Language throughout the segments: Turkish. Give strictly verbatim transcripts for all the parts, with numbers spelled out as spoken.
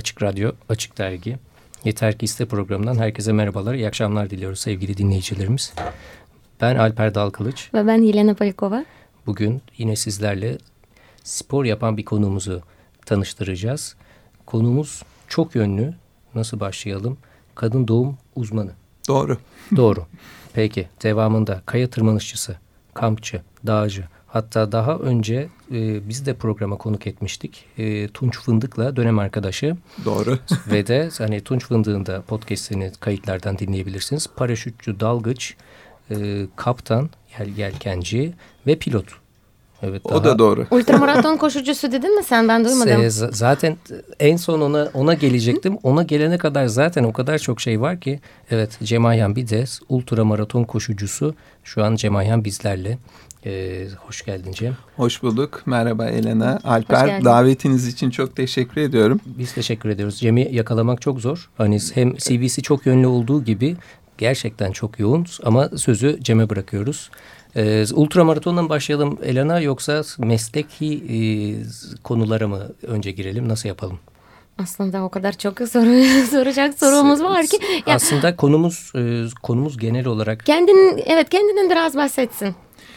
Açık Radyo, Açık Dergi, Yeter Ki İste programından herkese merhabalar, iyi akşamlar diliyoruz sevgili dinleyicilerimiz. Ben Alper Dalkılıç. Ve ben Yelena Polikova. Bugün yine sizlerle spor yapan bir konuğumuzu tanıştıracağız. Konuğumuz çok yönlü. Nasıl başlayalım? Kadın doğum uzmanı. Doğru. Doğru. Peki devamında kaya tırmanışçısı, kampçı, dağcı. Hatta daha önce e, biz de programa konuk etmiştik. E, Tunç Fındık'la dönem arkadaşı. Doğru. Ve de hani Tunç Fındık'ın da podcast'ini kayıtlardan dinleyebilirsiniz. Paraşütçü, dalgıç, e, kaptan, yel, yelkenci ve pilot. Evet, o daha... da doğru. Ultramaraton koşucusu dedin mi sen? Ben duymadım. Zaten en son ona ona gelecektim. Ona gelene kadar zaten o kadar çok şey var ki. Evet, Cem Ayhan Bides, ultramaraton koşucusu. Şu an Cem Ayhan bizlerle. Ee, hoş geldin Cem. Hoş bulduk. Merhaba Elena. Alper, davetiniz için çok teşekkür ediyorum. Biz teşekkür ediyoruz. Cem'i yakalamak çok zor. Hani hem C V'si çok yönlü olduğu gibi gerçekten çok yoğun ama sözü Cem'e bırakıyoruz. Ee, ultramaratondan başlayalım Elena, yoksa mesleki e, konulara mı önce girelim? Nasıl yapalım? Aslında o kadar çok soru soracak sorumuz var ki. Ya, aslında konumuz e, konumuz genel olarak. Kendin evet kendinden biraz bahsetsin.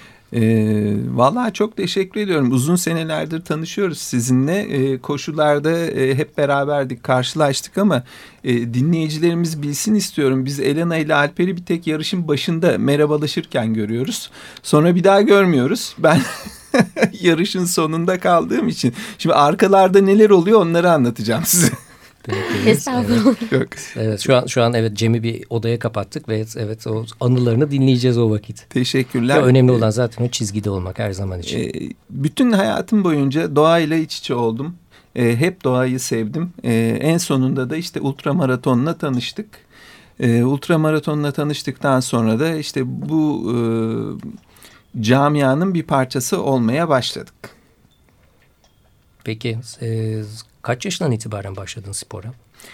E, vallahi çok teşekkür ediyorum. Uzun senelerdir tanışıyoruz sizinle. E, koşularda e, hep beraberdik, karşılaştık ama e, dinleyicilerimiz bilsin istiyorum. Biz Elena ile Alper'i bir tek yarışın başında merhabalaşırken görüyoruz. Sonra bir daha görmüyoruz. Ben yarışın sonunda kaldığım için. Şimdi arkalarda neler oluyor onları anlatacağım size. Estağfurullah. Evet. evet şu an şu an evet Cem'i bir odaya kapattık ve evet o anılarını dinleyeceğiz o vakit. Teşekkürler. Ya, önemli olan zaten o çizgide olmak her zaman için. E, bütün hayatım boyunca doğayla iç içe oldum. E, hep doğayı sevdim. E, en sonunda da işte ultramaratonla tanıştık. E, ultramaratonla tanıştıktan sonra da işte bu e, camianın bir parçası olmaya başladık. Peki e, kaç yaşından itibaren başladın spora?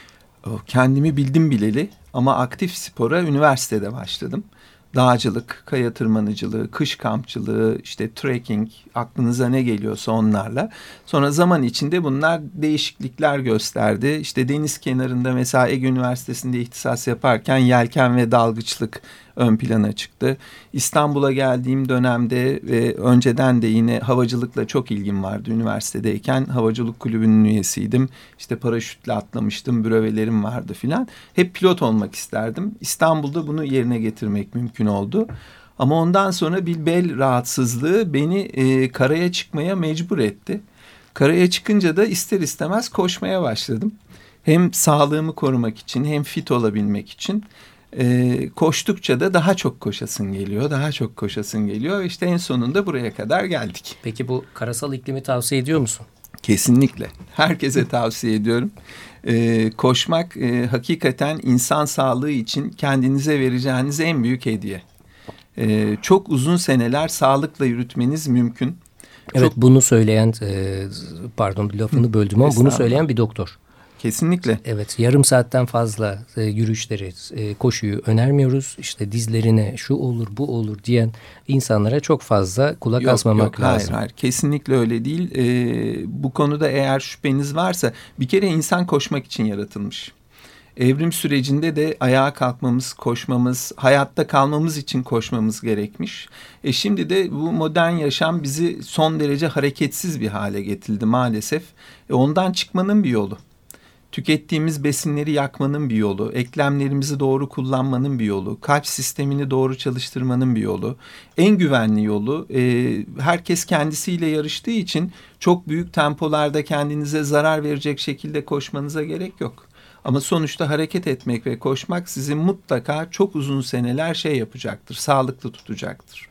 Kendimi bildim bileli ama aktif spora üniversitede başladım. Dağcılık, kaya tırmanıcılığı, kış kampçılığı, işte trekking, aklınıza ne geliyorsa onlarla. Sonra zaman içinde bunlar değişiklikler gösterdi. İşte deniz kenarında mesela Ege Üniversitesi'nde ihtisas yaparken yelken ve dalgıçlık ön plana çıktı. İstanbul'a geldiğim dönemde ve önceden de yine havacılıkla çok ilgim vardı. Üniversitedeyken havacılık kulübünün üyesiydim. İşte paraşütle atlamıştım, brövelerim vardı filan. Hep pilot olmak isterdim. İstanbul'da bunu yerine getirmek mümkün oldu. Ama ondan sonra bir bel rahatsızlığı beni e, karaya çıkmaya mecbur etti. Karaya çıkınca da ister istemez koşmaya başladım. Hem sağlığımı korumak için hem fit olabilmek için. Ee, koştukça da daha çok koşasın geliyor, daha çok koşasın geliyor. İşte en sonunda buraya kadar geldik. Peki bu karasal iklimi tavsiye ediyor musun? Kesinlikle. Herkese tavsiye ediyorum. Ee, koşmak e, hakikaten insan sağlığı için kendinize vereceğiniz en büyük hediye. Ee, çok uzun seneler sağlıkla yürütmeniz mümkün. Evet, çok... bunu söyleyen, e, pardon lafını böldüm ama bunu söyleyen bir doktor. Kesinlikle. Evet, yarım saatten fazla e, yürüyüşleri, e, koşuyu önermiyoruz. İşte dizlerine şu olur, bu olur diyen insanlara çok fazla kulak yok, asmamak yok, lazım. Hayır, hayır. Kesinlikle öyle değil. Ee, bu konuda eğer şüpheniz varsa bir kere insan koşmak için yaratılmış. Evrim sürecinde de ayağa kalkmamız, koşmamız, hayatta kalmamız için koşmamız gerekmiş. E şimdi de bu modern yaşam bizi son derece hareketsiz bir hale getirdi maalesef. E ondan çıkmanın bir yolu. Tükettiğimiz besinleri yakmanın bir yolu, eklemlerimizi doğru kullanmanın bir yolu, kalp sistemini doğru çalıştırmanın bir yolu. En güvenli yolu e, herkes kendisiyle yarıştığı için çok büyük tempolarda kendinize zarar verecek şekilde koşmanıza gerek yok. Ama sonuçta hareket etmek ve koşmak sizi mutlaka çok uzun seneler şey yapacaktır, sağlıklı tutacaktır.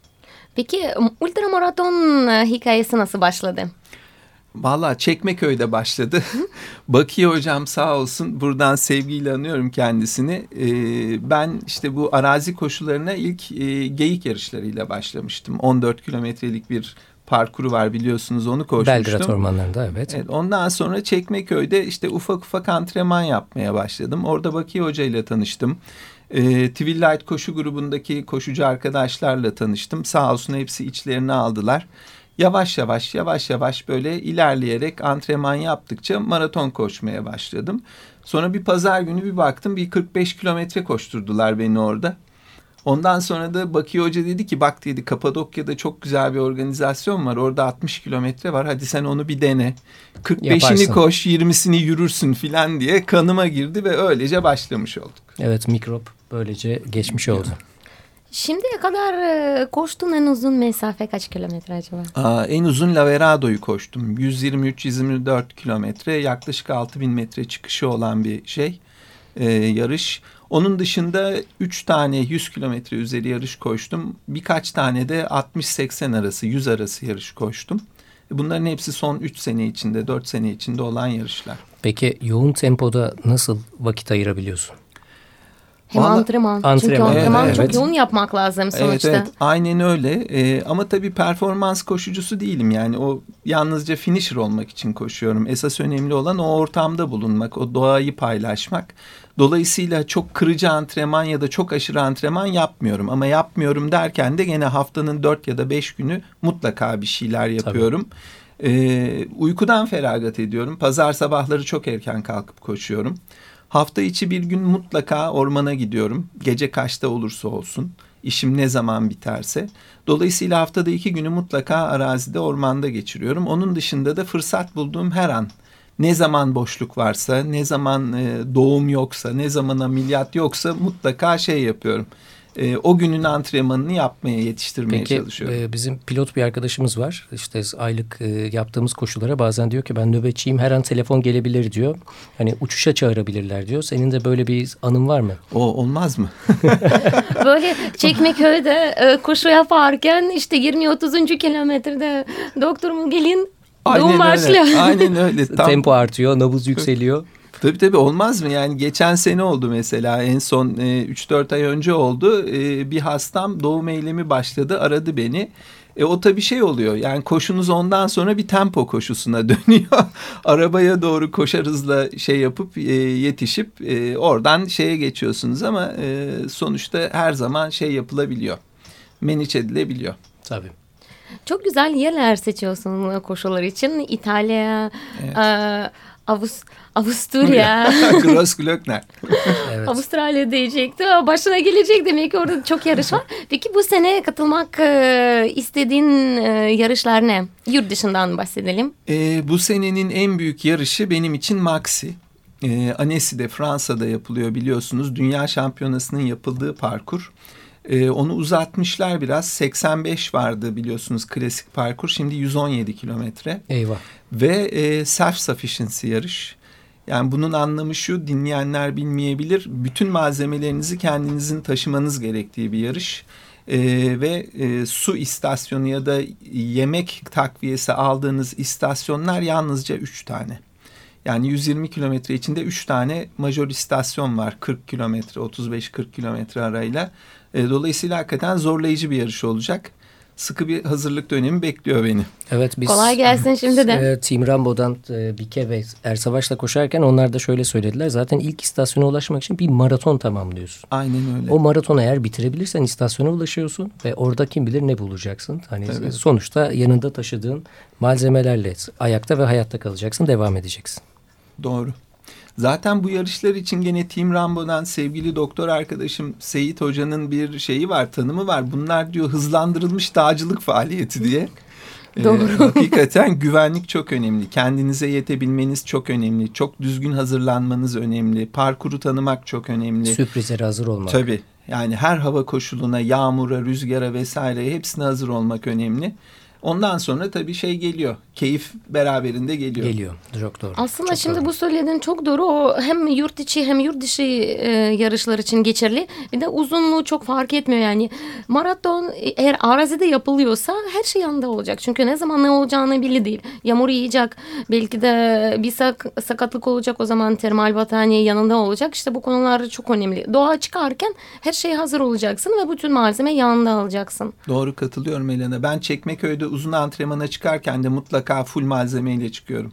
Peki ultramaraton hikayesi nasıl başladı? Vallahi Çekmeköy'de başladı. Bakiye hocam sağ olsun, buradan sevgiyle anıyorum kendisini. Ee, ben işte bu arazi koşularına ilk e, geyik yarışlarıyla başlamıştım. on dört kilometrelik bir parkuru var biliyorsunuz, onu koşmuştum. Belgrad ormanlarında evet. Evet. Ondan sonra Çekmeköy'de işte ufak ufak antrenman yapmaya başladım. Orada Bakiye Hoca ile tanıştım. E, Twilight koşu grubundaki koşucu arkadaşlarla tanıştım. Sağ olsun hepsi içlerine aldılar. Yavaş yavaş yavaş yavaş böyle ilerleyerek antrenman yaptıkça maraton koşmaya başladım. Sonra bir pazar günü bir baktım bir kırk beş kilometre koşturdular beni orada. Ondan sonra da Baki Hoca dedi ki bak dedi Kapadokya'da çok güzel bir organizasyon var. Orada altmış kilometre var. Hadi sen onu bir dene. kırk beşini Yaparsın. Koş, yirmisini yürürsün filan diye kanıma girdi ve öylece başlamış olduk. Evet, mikrop böylece geçmiş oldu. Şimdiye kadar koştuğun en uzun mesafe kaç kilometre acaba? Aa, en uzun Laverado'yu koştum. yüz yirmi üç yüz yirmi dört kilometre, yaklaşık altı bin metre çıkışı olan bir şey, e, yarış. Onun dışında üç tane yüz kilometre üzeri yarış koştum. Birkaç tane de altmış seksen arası, yüz arası yarış koştum. Bunların hepsi son üç sene içinde, dört sene içinde olan yarışlar. Peki yoğun tempoda nasıl vakit ayırabiliyorsun? Hem Vallahi, antrenman. antrenman. Çünkü antrenman evet, çok evet. yoğun yapmak lazım sonuçta. Evet, evet, aynen öyle. Ee, ama tabii performans koşucusu değilim. Yani o yalnızca finisher olmak için koşuyorum. Esas önemli olan o ortamda bulunmak, o doğayı paylaşmak. Dolayısıyla çok kırıcı antrenman ya da çok aşırı antrenman yapmıyorum. Ama yapmıyorum derken de gene haftanın dört ya da beş günü mutlaka bir şeyler yapıyorum. Ee, uykudan feragat ediyorum. Pazar sabahları çok erken kalkıp koşuyorum. Hafta içi bir gün mutlaka ormana gidiyorum. Gece kaçta olursa olsun. İşim ne zaman biterse. Dolayısıyla haftada iki günü mutlaka arazide, ormanda geçiriyorum. Onun dışında da fırsat bulduğum her an, ne zaman boşluk varsa, ne zaman e, doğum yoksa, ne zaman ameliyat yoksa mutlaka şey yapıyorum. E, o günün antrenmanını yapmaya, yetiştirmeye Peki, çalışıyorum. Peki bizim pilot bir arkadaşımız var. İşte aylık e, yaptığımız koşulara bazen diyor ki ben nöbetçiyim, her an telefon gelebilir diyor. Hani uçuşa çağırabilirler diyor. Senin de böyle bir anın var mı? O olmaz mı? Böyle Çekmeköy'de e, koşu yaparken işte yirmi otuzuncu kilometrede doktorum gelin, doğum başlıyor. Öyle, aynen öyle. Tam... Tempo artıyor, nabız yükseliyor. Tabii tabii, olmaz mı? Yani geçen sene oldu mesela, en son e, üç dört ay önce oldu. E, bir hastam doğum eylemi başladı, aradı beni. E, o tabii şey oluyor, yani koşunuz ondan sonra bir tempo koşusuna dönüyor. Arabaya doğru koşar hızla şey yapıp e, yetişip e, oradan şeye geçiyorsunuz ama e, sonuçta her zaman şey yapılabiliyor. Manage edilebiliyor. Tabii. Çok güzel yerler seçiyorsun koşular için. İtalya, Evet. e, Avust Avusturya, Grossglockner. Evet. Avustralya diyecekti. Başına gelecek, demek ki orada çok yarış var. Peki bu sene katılmak e, istediğin e, yarışlar ne? Yurt dışından bahsedelim. E, bu senenin en büyük yarışı benim için Maxi. E, Annecy'de, Fransa'da yapılıyor biliyorsunuz. Dünya Şampiyonası'nın yapıldığı parkur. E, onu uzatmışlar biraz. seksen beş vardı biliyorsunuz klasik parkur. Şimdi yüz on yedi kilometre. Eyvah. Ve e, self-sufficiency yarış. Yani bunun anlamı şu, dinleyenler bilmeyebilir. Bütün malzemelerinizi kendinizin taşımanız gerektiği bir yarış. E, ve e, su istasyonu ya da yemek takviyesi aldığınız istasyonlar yalnızca üç tane. Yani yüz yirmi kilometre içinde üç tane major istasyon var. kırk kilometre, otuz beş kırk kilometre arayla. E, dolayısıyla hakikaten zorlayıcı bir yarış olacak. Sıkı bir hazırlık dönemi bekliyor beni. Evet, biz Kolay gelsin şimdi de. E, Team Rambo'dan e, Bike ve Ersavaş'la koşarken onlar da şöyle söylediler. Zaten ilk istasyona ulaşmak için bir maraton tamamlıyorsun. Aynen öyle. O maratonu eğer bitirebilirsen istasyona ulaşıyorsun ve orada kim bilir ne bulacaksın. Hani Evet. sonuçta yanında taşıdığın malzemelerle ayakta ve hayatta kalacaksın, devam edeceksin. Doğru. Zaten bu yarışlar için gene Team Rambo'dan sevgili doktor arkadaşım Seyit Hoca'nın bir şeyi var, tanımı var. Bunlar diyor hızlandırılmış dağcılık faaliyeti diye. Doğru. Ee, hakikaten güvenlik çok önemli. Kendinize yetebilmeniz çok önemli. Çok düzgün hazırlanmanız önemli. Parkuru tanımak çok önemli. Sürprizlere hazır olmak. Tabii. Yani her hava koşuluna, yağmura, rüzgara vesaire hepsine hazır olmak önemli. Ondan sonra tabii şey geliyor. Keyif beraberinde geliyor. Geliyor. Çok doğru. Aslında çok şimdi doğru. bu söylediğin çok doğru. O hem yurt içi hem yurt dışı e, yarışlar için geçerli. Bir de uzunluğu çok fark etmiyor yani. Maraton eğer arazide yapılıyorsa her şey yanında olacak. Çünkü ne zaman ne olacağını belli değil. Yağmur yiyecek. Belki de bir sak, sakatlık olacak. O zaman termal battaniye yanında olacak. İşte bu konular çok önemli. Doğa çıkarken her şeye hazır olacaksın ve bütün malzeme yanında alacaksın. Doğru, katılıyorum Elena. Ben Çekmeköy'de uzun antrenmana çıkarken de mutlaka full malzemeyle çıkıyorum.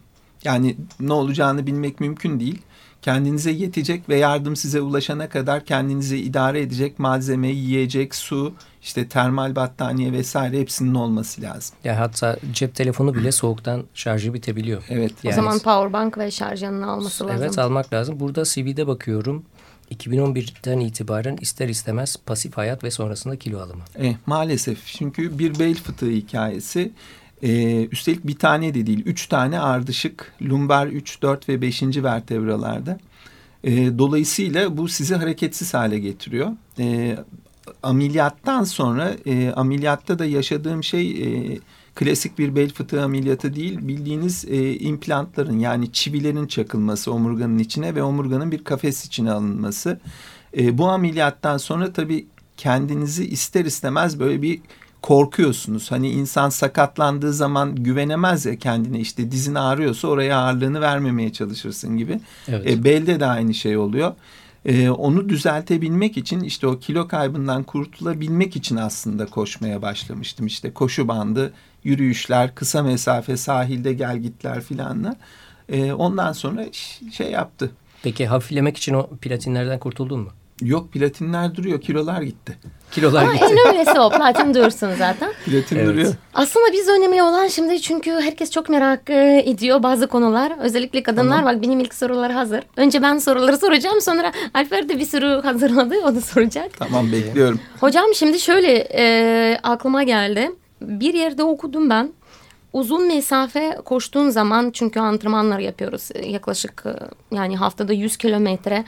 Yani ne olacağını bilmek mümkün değil. Kendinize yetecek ve yardım size ulaşana kadar kendinizi idare edecek malzeme, yiyecek, su, işte termal battaniye vesaire hepsinin olması lazım. Ya hatta cep telefonu bile soğuktan şarjı bitebiliyor. Evet. Yani, o zaman powerbank ve şarj yanına alması lazım. Evet, almak lazım. Burada C V'de bakıyorum. iki bin on birden itibaren ister istemez pasif hayat ve sonrasında kilo alımı. E, maalesef, çünkü bir bel fıtığı hikayesi. Ee, üstelik bir tane de değil, üç tane ardışık, lumbar üç, dört ve beşinci vertebralarda. Ee, dolayısıyla bu sizi hareketsiz hale getiriyor. Ee, ameliyattan sonra, e, ameliyatta da yaşadığım şey e, klasik bir bel fıtığı ameliyatı değil, bildiğiniz e, implantların, yani çivilerin çakılması omurganın içine ve omurganın bir kafes içine alınması. E, bu ameliyattan sonra tabii kendinizi ister istemez böyle bir korkuyorsunuz. Hani insan sakatlandığı zaman güvenemez ya kendine, işte dizin ağrıyorsa oraya ağırlığını vermemeye çalışırsın gibi. Evet. E, belde de aynı şey oluyor. E, onu düzeltebilmek için, işte o kilo kaybından kurtulabilmek için aslında koşmaya başlamıştım. İşte koşu bandı, yürüyüşler, kısa mesafe, sahilde gelgitler filanla. E, ondan sonra şey yaptı. Peki hafiflemek için o platinlerden kurtuldun mu? Yok, platinler duruyor, kilolar gitti. Kilolar Ama gitti. en önemlisi o, platin dursun zaten. Platin Evet. duruyor. Aslında biz önemli olan şimdi, çünkü herkes çok merak ediyor bazı konular. Özellikle kadınlar. Tamam. Bak, benim ilk sorular hazır. Önce ben soruları soracağım, sonra Alper de bir sürü hazırladı, o da soracak. Tamam, bekliyorum. Hocam şimdi şöyle e, aklıma geldi. Bir yerde okudum ben. Uzun mesafe koştuğun zaman, çünkü antrenmanlar yapıyoruz yaklaşık yani haftada yüz kilometre.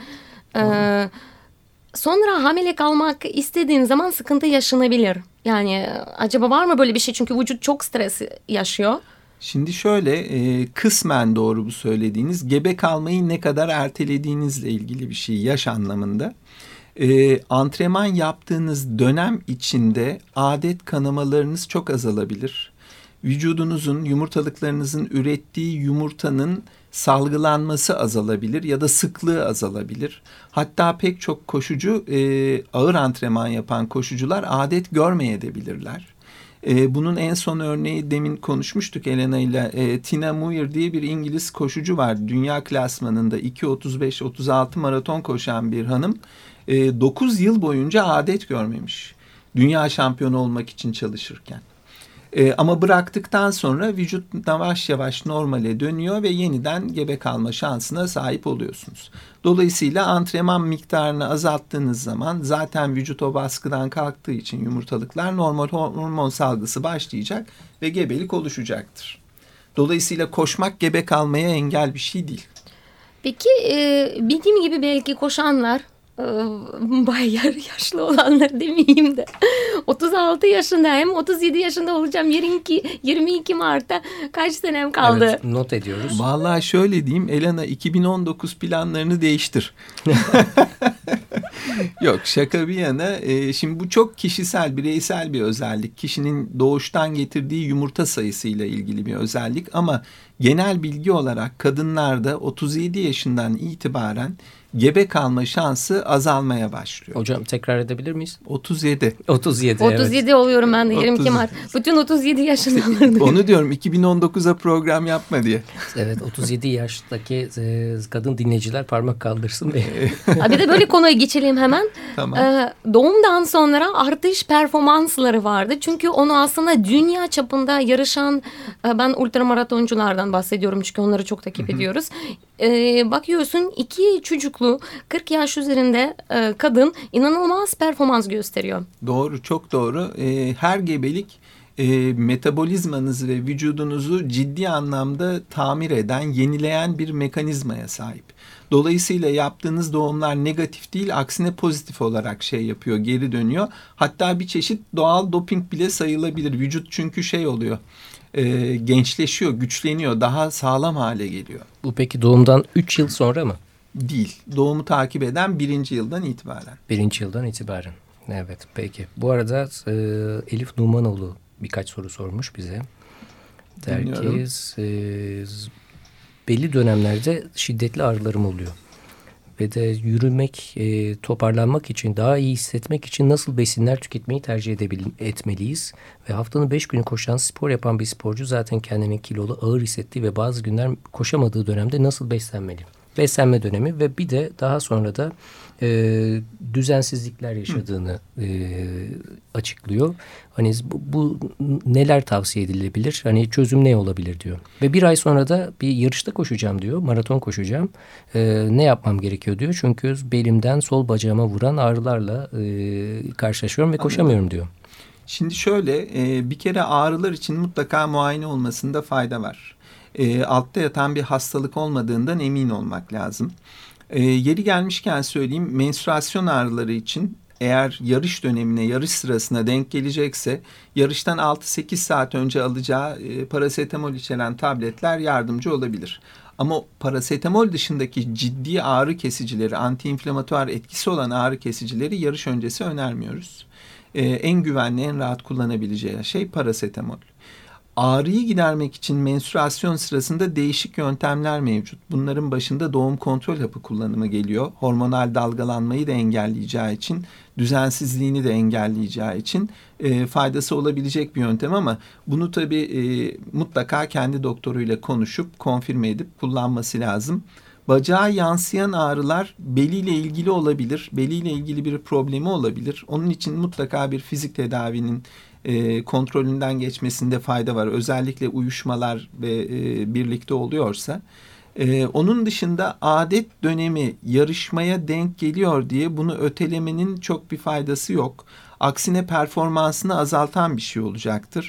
E, sonra hamile kalmak istediğin zaman sıkıntı yaşanabilir. Yani acaba var mı böyle bir şey? Çünkü vücut çok stres yaşıyor. Şimdi şöyle, e, kısmen doğru bu söylediğiniz. Gebe kalmayı ne kadar ertelediğinizle ilgili bir şey, yaş anlamında. E, antrenman yaptığınız dönem içinde adet kanamalarınız çok azalabilir. Vücudunuzun, yumurtalıklarınızın ürettiği yumurtanın salgılanması azalabilir ya da sıklığı azalabilir. Hatta pek çok koşucu, e, ağır antrenman yapan koşucular adet görmeyebilirler. E, bunun en son örneği demin konuşmuştuk Elena ile. E, Tina Muir diye bir İngiliz koşucu var. Dünya klasmanında iki otuz beş otuz altı maraton koşan bir hanım. E, dokuz yıl boyunca adet görmemiş. Dünya şampiyonu olmak için çalışırken. Ee, ama bıraktıktan sonra vücut yavaş yavaş normale dönüyor ve yeniden gebe kalma şansına sahip oluyorsunuz. Dolayısıyla antrenman miktarını azalttığınız zaman zaten vücut o baskıdan kalktığı için yumurtalıklar normal hormon salgısı başlayacak ve gebelik oluşacaktır. Dolayısıyla koşmak gebe kalmaya engel bir şey değil. Peki e, bildiğim gibi belki koşanlar, bayağı yaşlı olanlar demeyeyim de otuz altı yaşındayım, otuz yedi yaşında olacağım, yirmi iki Mart'ta kaç senem kaldı? Evet, not ediyoruz. Vallahi şöyle diyeyim Elena, iki bin on dokuz planlarını değiştir. Yok, şaka bir yana, e, şimdi bu çok kişisel, bireysel bir özellik. Kişinin doğuştan getirdiği yumurta sayısıyla ilgili bir özellik ama genel bilgi olarak kadınlarda otuz yedi yaşından itibaren gebe kalma şansı azalmaya başlıyor. Hocam tekrar edebilir miyiz? otuz yedi. otuz yedi. otuz yedi evet. Oluyorum ben de yirmi iki Mart. Bütün otuz yedi yaşındayım. Onu diyorum, iki bin on dokuza program yapma diye. Evet, otuz yedi yaştaki e, kadın dinleyiciler parmak kaldırsın. Bir de böyle konuya geçelim hemen. Tamam. Ee, doğumdan sonra artış performansları vardı. Çünkü onu aslında dünya çapında yarışan, ben ultramaratonculardan bahsediyorum çünkü onları çok takip ediyoruz. Ee, bakıyorsun iki çocuklu kırk yaş üzerinde e, kadın inanılmaz performans gösteriyor. Doğru, çok doğru. Ee, her gebelik e, metabolizmanızı ve vücudunuzu ciddi anlamda tamir eden, yenileyen bir mekanizmaya sahip. Dolayısıyla yaptığınız doğumlar negatif değil, aksine pozitif olarak şey yapıyor, geri dönüyor. Hatta bir çeşit doğal doping bile sayılabilir. Vücut çünkü şey oluyor, e, gençleşiyor, güçleniyor, daha sağlam hale geliyor. Bu peki doğumdan üç yıl sonra mı? Değil, doğumu takip eden birinci yıldan itibaren. Birinci yıldan itibaren. Evet, peki. Bu arada e, Elif Numanoğlu birkaç soru sormuş bize. Der ki, e, belli dönemlerde şiddetli ağrılarım oluyor. ve de yürümek, e, toparlanmak için, daha iyi hissetmek için nasıl besinler tüketmeyi tercih edebil- etmeliyiz? Ve haftanın beş günü koşan, spor yapan bir sporcu zaten kendini kilolu, ağır hissettiği ve bazı günler koşamadığı dönemde nasıl beslenmeli? Beslenme dönemi ve bir de daha sonra da e, düzensizlikler yaşadığını e, açıklıyor. Hani bu, bu neler tavsiye edilebilir? Hani çözüm ne olabilir diyor. Ve bir ay sonra da bir yarışta koşacağım diyor. Maraton koşacağım. E, ne yapmam gerekiyor diyor. Çünkü belimden sol bacağıma vuran ağrılarla e, karşılaşıyorum ve koşamıyorum diyor. Şimdi şöyle, e, bir kere ağrılar için mutlaka muayene olmasında fayda var. E, altta yatan bir hastalık olmadığından emin olmak lazım. E, yeri gelmişken söyleyeyim, menstruasyon ağrıları için eğer yarış dönemine, yarış sırasına denk gelecekse yarıştan altı sekiz saat önce alacağı e, parasetamol içeren tabletler yardımcı olabilir. Ama parasetamol dışındaki ciddi ağrı kesicileri, antiinflamatuar etkisi olan ağrı kesicileri yarış öncesi önermiyoruz. Ee, en güvenli, en rahat kullanabileceği şey parasetamol. Ağrıyı gidermek için menstruasyon sırasında değişik yöntemler mevcut. Bunların başında doğum kontrol hapı kullanımı geliyor. Hormonal dalgalanmayı da engelleyeceği için, düzensizliğini de engelleyeceği için e, faydası olabilecek bir yöntem ama bunu tabii e, mutlaka kendi doktoruyla konuşup konfirme edip kullanması lazım. Bacağa yansıyan ağrılar beliyle ilgili olabilir. Beliyle ilgili bir problemi olabilir. Onun için mutlaka bir fizik tedavinin e, kontrolünden geçmesinde fayda var. Özellikle uyuşmalar ve e, birlikte oluyorsa. E, onun dışında adet dönemi yarışmaya denk geliyor diye bunu ötelemenin çok bir faydası yok. Aksine performansını azaltan bir şey olacaktır.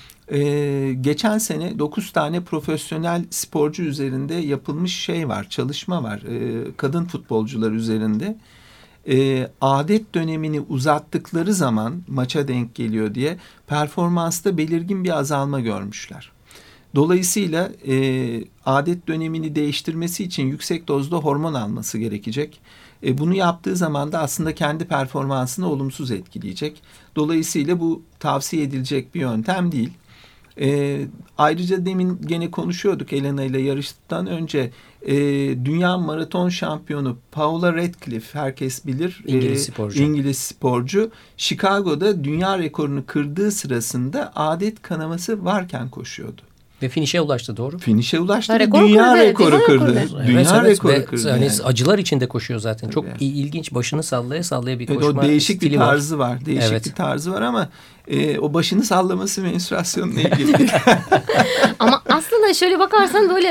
Ee, geçen sene dokuz tane profesyonel sporcu üzerinde yapılmış şey var, çalışma var. Ee, kadın futbolcular üzerinde. Ee, adet dönemini uzattıkları zaman maça denk geliyor diye performansta belirgin bir azalma görmüşler. Dolayısıyla e, adet dönemini değiştirmesi için yüksek dozda hormon alması gerekecek. E, bunu yaptığı zaman da aslında kendi performansını olumsuz etkileyecek. Dolayısıyla bu tavsiye edilecek bir yöntem değil. E, ayrıca demin gene konuşuyorduk Elena ile yarıştıktan önce e, dünya maraton şampiyonu Paula Radcliffe, herkes bilir, İngiliz sporcu. E, İngiliz sporcu Chicago'da dünya rekorunu kırdığı sırasında adet kanaması varken koşuyordu. Ve finişe ulaştı, doğru. Finişe ulaştı ha, ve rekoru dünya kırdı, rekoru kırdı. Evet, Dünya evet, rekoru ve kırdı. Hani yani. acılar içinde koşuyor zaten. Tabii. Çok ilginç, başını sallaya sallaya bir Evet, koşma o değişik bir tarzı var. var. Değişik evet. bir tarzı var ama e, o başını sallaması menstruasyonla ilgili. Ama aslında şöyle bakarsan böyle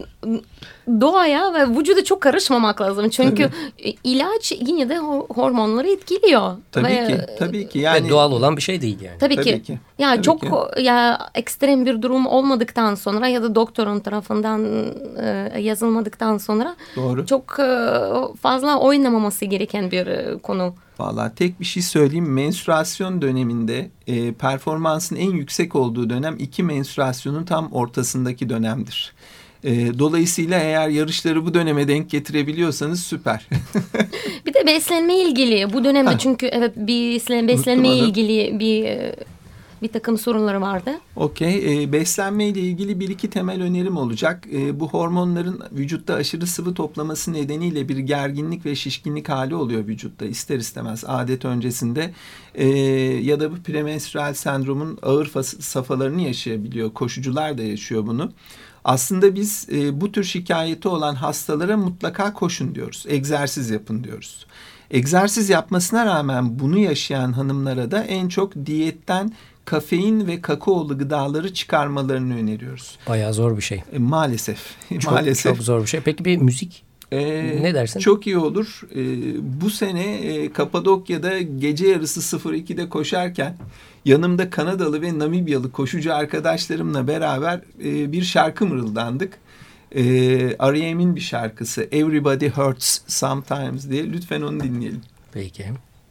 doğaya ve vücuda çok karışmamak lazım. Çünkü tabii. ilaç yine de hormonları etkiliyor. Tabii ve, ki, tabii ki. Yani ve doğal olan bir şey değil yani. Tabii, tabii ki. ki. Ya tabii çok ki. ya ekstrem bir durum olmadıktan sonra ya da doktorun tarafından e, yazılmadıktan sonra Doğru. çok e, fazla oynamaması gereken bir e, konu. Vallahi tek bir şey söyleyeyim. Menstruasyon döneminde e, performansın en yüksek olduğu dönem iki menstruasyonun tam ortasındaki dönemdir. E, dolayısıyla eğer yarışları bu döneme denk getirebiliyorsanız süper. Bir de beslenme ilgili bu dönemde, çünkü evet bir beslenme ilgili bir bir takım sorunları vardı. Okey. E, beslenme ile ilgili bir iki temel önerim olacak. E, bu hormonların vücutta aşırı sıvı toplaması nedeniyle bir gerginlik ve şişkinlik hali oluyor vücutta ister istemez adet öncesinde. E, ya da bu premenstrüel sendromun ağır safhalarını yaşayabiliyor. Koşucular da yaşıyor bunu. Aslında biz e, bu tür şikayeti olan hastalara mutlaka koşun diyoruz. Egzersiz yapın diyoruz. Egzersiz yapmasına rağmen bunu yaşayan hanımlara da en çok diyetten kafein ve kakaolu gıdaları çıkarmalarını öneriyoruz. Bayağı zor bir şey. E, maalesef. Çok, maalesef. çok zor bir şey. Peki bir müzik? Ee, ne dersin? Çok iyi olur. Ee, bu sene e, Kapadokya'da gece yarısı sıfır ikide koşarken yanımda Kanadalı ve Namibyalı koşucu arkadaşlarımla beraber e, bir şarkı mırıldandık. E, R E M'in bir şarkısı Everybody Hurts Sometimes diye. Lütfen onu dinleyelim. Peki.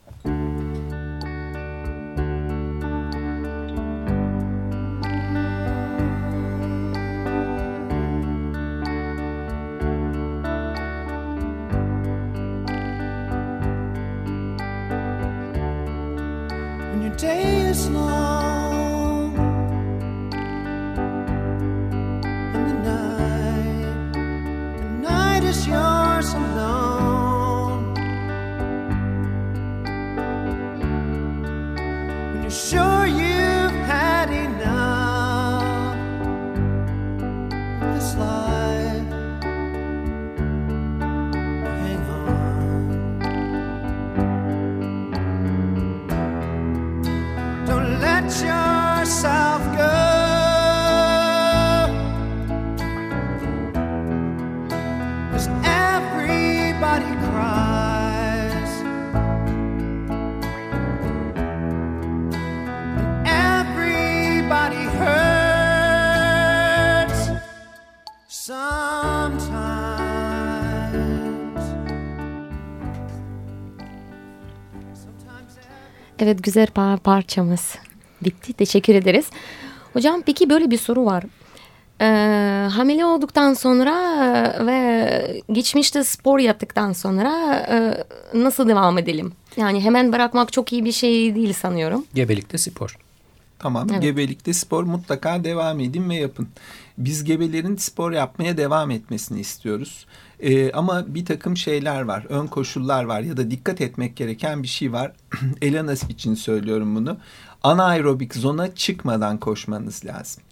Day is long and the night, the night is yours alone. Evet, güzel par parçamız bitti. Teşekkür ederiz. Hocam peki böyle bir soru var. Ee, hamile olduktan sonra ve geçmişte spor yaptıktan sonra e, nasıl devam edelim? Yani hemen bırakmak çok iyi bir şey değil sanıyorum. Gebelikte spor. Tamam, Evet. Gebelikte spor mutlaka devam edin ve yapın. Biz gebelerin spor yapmaya devam etmesini istiyoruz. Ee, ama bir takım şeyler var, ön koşullar var ya da dikkat etmek gereken bir şey var. Elana için söylüyorum bunu. Anaerobik zona çıkmadan koşmanız lazım.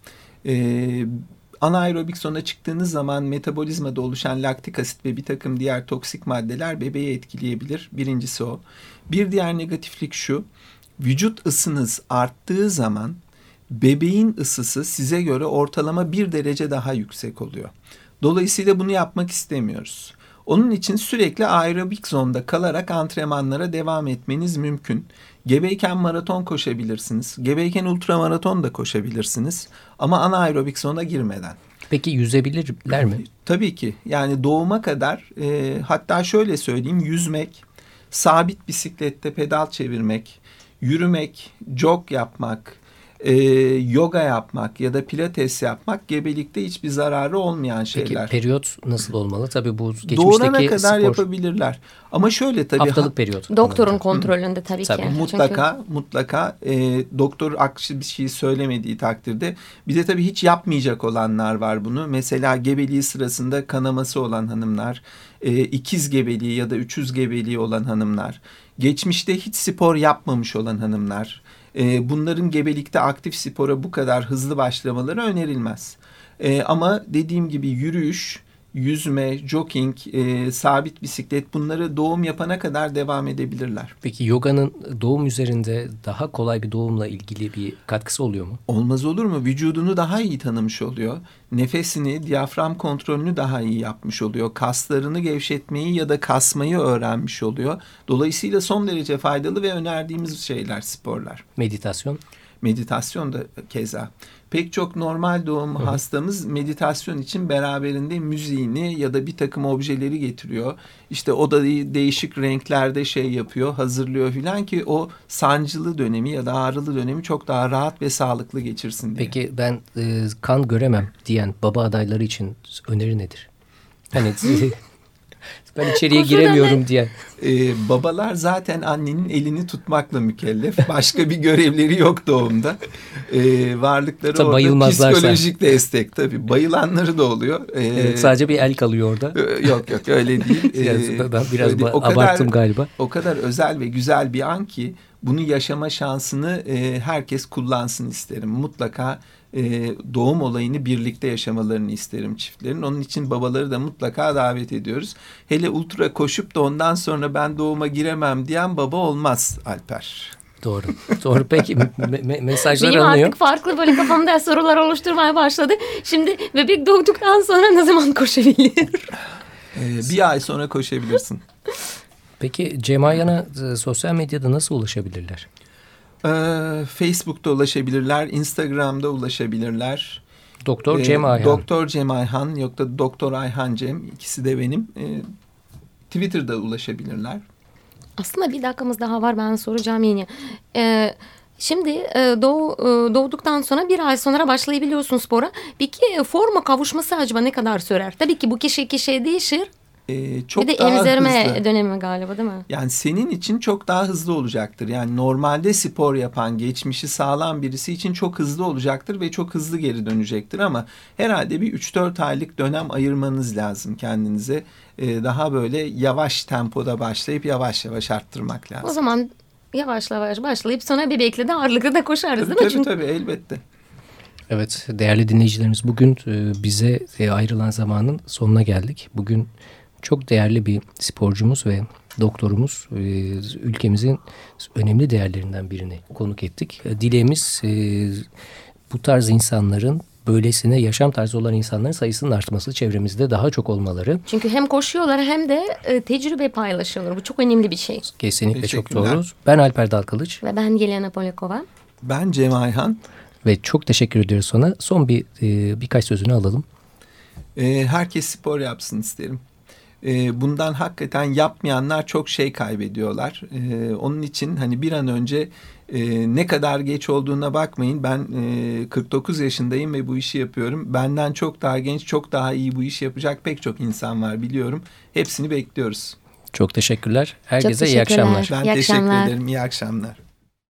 Ee, Anaerobik zona çıktığınız zaman metabolizmada oluşan laktik asit ve bir takım diğer toksik maddeler bebeği etkileyebilir. Birincisi o. Bir diğer negatiflik şu. Vücut ısınız arttığı zaman bebeğin ısısı size göre ortalama bir derece daha yüksek oluyor. Dolayısıyla bunu yapmak istemiyoruz. Onun için sürekli aerobik zonda kalarak antrenmanlara devam etmeniz mümkün. Gebeyken maraton koşabilirsiniz. Gebeyken ultramaraton da koşabilirsiniz. Ama anaerobik zona girmeden. Peki yüzebilirler mi? Tabii ki. Yani doğuma kadar e, hatta şöyle söyleyeyim, yüzmek, sabit bisiklette pedal çevirmek, yürümek, jog yapmak, e, yoga yapmak ya da pilates yapmak gebelikte hiçbir zararı olmayan şeyler. Peki periyot nasıl olmalı? Tabii bu geçmişteki Doğurana kadar spor... yapabilirler. Ama şöyle tabii... Haftalık periyot. Doktorun kontrolünde tabii, Tabii. ki. Mutlaka Çünkü... mutlaka e, doktor aksi bir şey söylemediği takdirde. Bir de tabii hiç yapmayacak olanlar var bunu. Mesela gebeliği sırasında kanaması olan hanımlar, e, ikiz gebeliği ya da üçüz gebeliği olan hanımlar, geçmişte hiç spor yapmamış olan hanımlar. E, bunların gebelikte aktif spora bu kadar hızlı başlamaları önerilmez. E, ama dediğim gibi yürüyüş, yüzme, jogging, e, sabit bisiklet, bunları doğum yapana kadar devam edebilirler. Peki yoganın doğum üzerinde daha kolay bir doğumla ilgili bir katkısı oluyor mu? Olmaz olur mu? Vücudunu daha iyi tanımış oluyor. Nefesini, diyafram kontrolünü daha iyi yapmış oluyor. Kaslarını gevşetmeyi ya da kasmayı öğrenmiş oluyor. Dolayısıyla son derece faydalı ve önerdiğimiz şeyler sporlar. Meditasyon? Meditasyon da keza. Pek çok normal doğum Hı-hı. hastamız meditasyon için beraberinde müziğini ya da bir takım objeleri getiriyor. İşte o da değişik renklerde şey yapıyor, hazırlıyor filan ki o sancılı dönemi ya da ağrılı dönemi çok daha rahat ve sağlıklı geçirsin diye. Peki ben e, kan göremem diyen baba adayları için öneri nedir? Hani ben içeriye giremiyorum diye. Ee, babalar zaten annenin elini tutmakla mükellef. Başka bir görevleri yok doğumda. Ee, varlıkları tabii orada psikolojik destek. Tabii bayılanları da oluyor. Ee, evet, sadece bir el kalıyor orada. Yok yok öyle değil. Ee, ben biraz öyle, o abarttım kadar, galiba. O kadar özel ve güzel bir an ki bunu yaşama şansını e, herkes kullansın isterim. Mutlaka e, doğum olayını birlikte yaşamalarını isterim çiftlerin. Onun için babaları da mutlaka davet ediyoruz. Hele ultra koşup da ondan sonra ben doğuma giremem diyen baba olmaz Alper. Doğru. Doğru. Peki me- me- mesajlar Benim alınıyor. Benim artık farklı böyle kafamda sorular oluşturmaya başladı. Şimdi bebek doğduktan sonra ne zaman koşabilir? Ee, bir ay sonra koşabilirsin. Peki Cem Ayhan'a e, sosyal medyada nasıl ulaşabilirler? Ee, Facebook'ta ulaşabilirler, Instagram'da ulaşabilirler. Doktor ee, Cem Ayhan. Doktor Cem Ayhan yok da Doktor Ayhan Cem, ikisi de benim. Ee, Twitter'da ulaşabilirler. Aslında bir dakikamız daha var, ben soracağım yine. Ee, şimdi e, doğ, e, doğduktan sonra bir ay sonra başlayabiliyorsun spora. Peki forma kavuşması acaba ne kadar sürer? Tabii ki bu kişi kişiye değişir. Ee, çok bir de daha emzirme hızlı. dönemi galiba değil mi? Yani senin için çok daha hızlı olacaktır. Yani normalde spor yapan, geçmişi sağlam birisi için çok hızlı olacaktır ve çok hızlı geri dönecektir. Ama herhalde bir üç dört aylık dönem ayırmanız lazım kendinize. Ee, daha böyle yavaş tempoda başlayıp yavaş yavaş arttırmak lazım. O zaman yavaş yavaş başlayıp sonra bebekle de ağırlıkla da koşarız tabii, değil mi? tabii Çünkü... tabii elbette. Evet değerli dinleyicilerimiz, bugün e, bize e, ayrılan zamanın sonuna geldik. Bugün çok değerli bir sporcumuz ve doktorumuz, e, ülkemizin önemli değerlerinden birini konuk ettik. E, dileğimiz e, bu tarz insanların, böylesine yaşam tarzı olan insanların sayısının artması, çevremizde daha çok olmaları. Çünkü hem koşuyorlar hem de e, tecrübe paylaşıyorlar. Bu çok önemli bir şey. Kesinlikle çok doğru. Ben Alper Dalkılıç. Ve ben Yelena Polyakova. Ben Cem Ayhan. Ve çok teşekkür ediyoruz sana. Son bir e, birkaç sözünü alalım. E, herkes spor yapsın isterim. E, bundan hakikaten yapmayanlar çok şey kaybediyorlar. E, onun için hani bir an önce e, ne kadar geç olduğuna bakmayın. Ben e, kırk dokuz yaşındayım ve bu işi yapıyorum. Benden çok daha genç, çok daha iyi bu işi yapacak pek çok insan var biliyorum. Hepsini bekliyoruz. Çok teşekkürler. Herkese Çok iyi akşamlar. teşekkürler. Ben İyi teşekkür akşamlar. ederim. İyi akşamlar.